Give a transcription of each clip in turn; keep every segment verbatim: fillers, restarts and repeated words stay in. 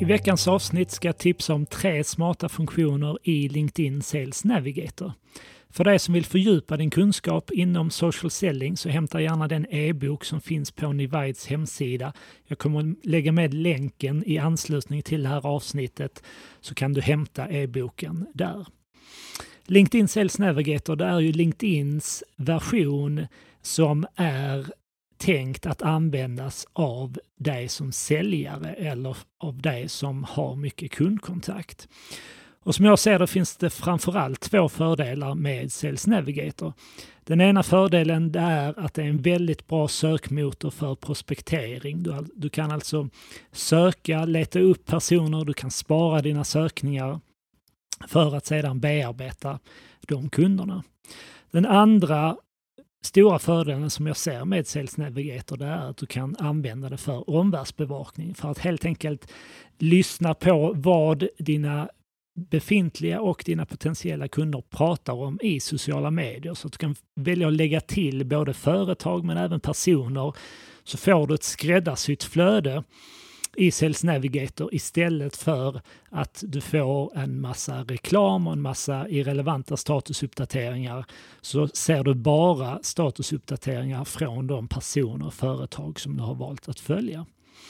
veckans avsnitt ska jag tipsa om tre smarta funktioner i LinkedIn Sales Navigator. För dig som vill fördjupa din kunskap inom social selling så hämta gärna den e-bok som finns på Nivides hemsida. Jag kommer lägga med länken i anslutning till det här avsnittet så kan du hämta e-boken där. LinkedIn Sales Navigator, det är ju LinkedIns version som är tänkt att användas av dig som säljare eller av dig som har mycket kundkontakt. Och som jag ser det finns det framförallt två fördelar med Sales Navigator. Den ena fördelen är att det är en väldigt bra sökmotor för prospektering. Du, du kan alltså söka, leta upp personer, du kan spara dina sökningar för att sedan bearbeta de kunderna. Den andra stora fördelen som jag ser med Sales Navigator det är att du kan använda det för omvärldsbevakning. För att helt enkelt lyssna på vad dina befintliga och dina potentiella kunder pratar om i sociala medier. Så att du kan välja att lägga till både företag men även personer. Så får du ett skräddarsytt flöde i Sales Navigator istället för att du får en massa reklam och en massa irrelevanta statusuppdateringar, så ser du bara statusuppdateringar från de personer och företag som du har valt att följa.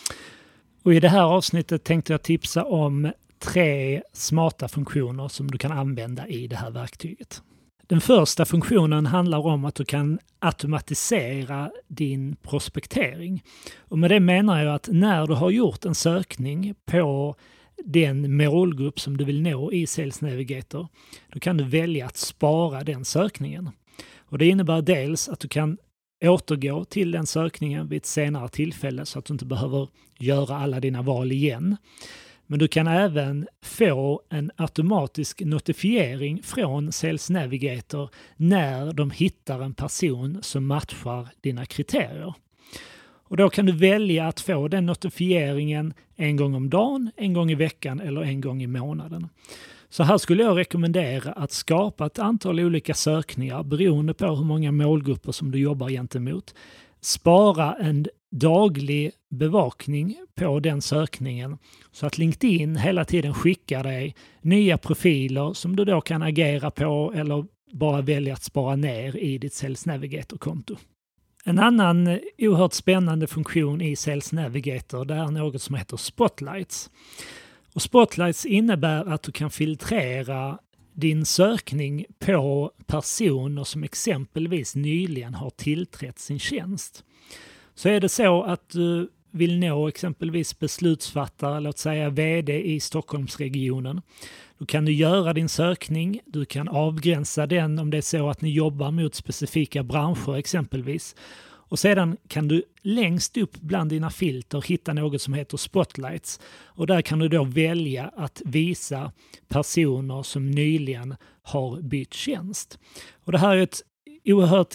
Och i det här avsnittet tänkte jag tipsa om tre smarta funktioner som du kan använda i det här verktyget. Den första funktionen handlar om att du kan automatisera din prospektering. Och med det menar jag att när du har gjort en sökning på den målgrupp som du vill nå i Sales Navigator, då kan du välja att spara den sökningen. Och det innebär dels att du kan återgå till den sökningen vid ett senare tillfälle så att du inte behöver göra alla dina val igen. Men du kan även få en automatisk notifiering från Sales Navigator när de hittar en person som matchar dina kriterier. Och då kan du välja att få den notifieringen en gång om dagen, en gång i veckan eller en gång i månaden. Så här skulle jag rekommendera att skapa ett antal olika sökningar beroende på hur många målgrupper som du jobbar gentemot. Spara en daglig bevakning på den sökningen så att LinkedIn hela tiden skickar dig nya profiler som du då kan agera på eller bara välja att spara ner i ditt Sales Navigator-konto. En annan oerhört spännande funktion i Sales Navigator det är något som heter Spotlights. Och Spotlights innebär att du kan filtrera din sökning på personer som exempelvis nyligen har tillträtt sin tjänst. Så är det så att du vill nå exempelvis beslutsfattare, låt säga vd i Stockholmsregionen, då kan du göra din sökning, du kan avgränsa den om det är så att ni jobbar mot specifika branscher exempelvis. Och sedan kan du längst upp bland dina filter hitta något som heter Spotlights. Och där kan du då välja att visa personer som nyligen har bytt tjänst. Och det här är ett oerhört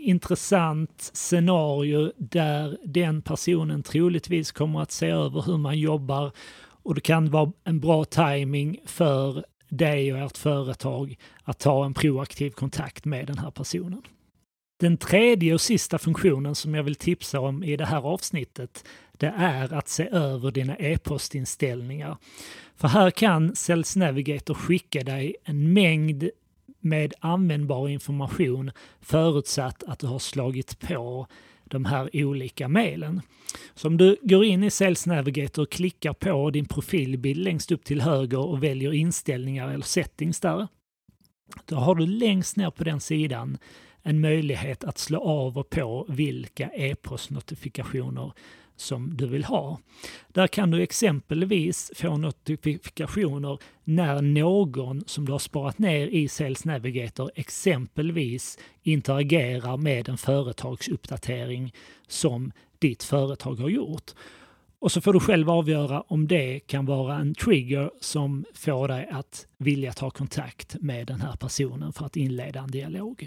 intressant scenario där den personen troligtvis kommer att se över hur man jobbar. Och det kan vara en bra timing för dig och ert företag att ta en proaktiv kontakt med den här personen. Den tredje och sista funktionen som jag vill tipsa om i det här avsnittet det är att se över dina e-postinställningar. För här kan Sales Navigator skicka dig en mängd med användbar information förutsatt att du har slagit på de här olika mejlen. Så om du går in i Sales Navigator och klickar på din profilbild längst upp till höger och väljer inställningar eller settings där, då har du längst ner på den sidan en möjlighet att slå av och på vilka e-postnotifikationer som du vill ha. Där kan du exempelvis få notifikationer när någon som du har sparat ner i Sales Navigator exempelvis interagerar med en företagsuppdatering som ditt företag har gjort. Och så får du själv avgöra om det kan vara en trigger som får dig att vilja ta kontakt med den här personen för att inleda en dialog.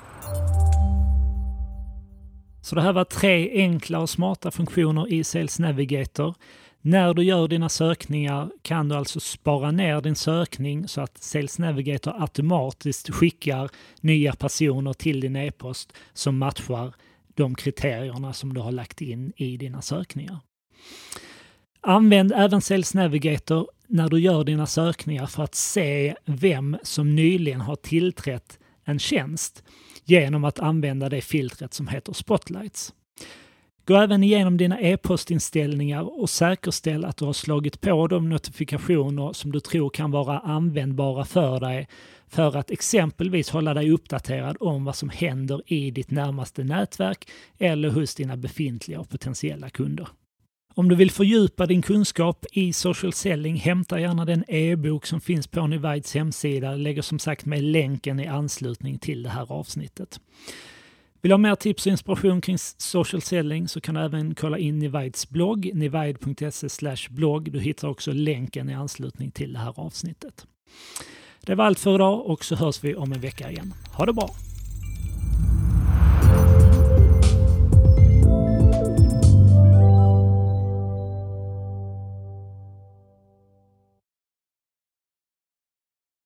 Så det här var tre enkla och smarta funktioner i Sales Navigator. När du gör dina sökningar kan du alltså spara ner din sökning så att Sales Navigator automatiskt skickar nya personer till din e-post som matchar de kriterierna som du har lagt in i dina sökningar. Använd även Sales Navigator när du gör dina sökningar för att se vem som nyligen har tillträtt en tjänst genom att använda det filtret som heter Spotlights. Gå även igenom dina e-postinställningar och säkerställ att du har slagit på de notifikationer som du tror kan vara användbara för dig för att exempelvis hålla dig uppdaterad om vad som händer i ditt närmaste nätverk eller hos dina befintliga och potentiella kunder. Om du vill fördjupa din kunskap i social selling, hämta gärna den e-bok som finns på Nivides hemsida. Jag lägger som sagt med länken i anslutning till det här avsnittet. Vill du ha mer tips och inspiration kring social selling så kan du även kolla in Nivides blogg, nivide punkt se slash blogg. Du hittar också länken i anslutning till det här avsnittet. Det var allt för idag och så hörs vi om en vecka igen. Ha det bra!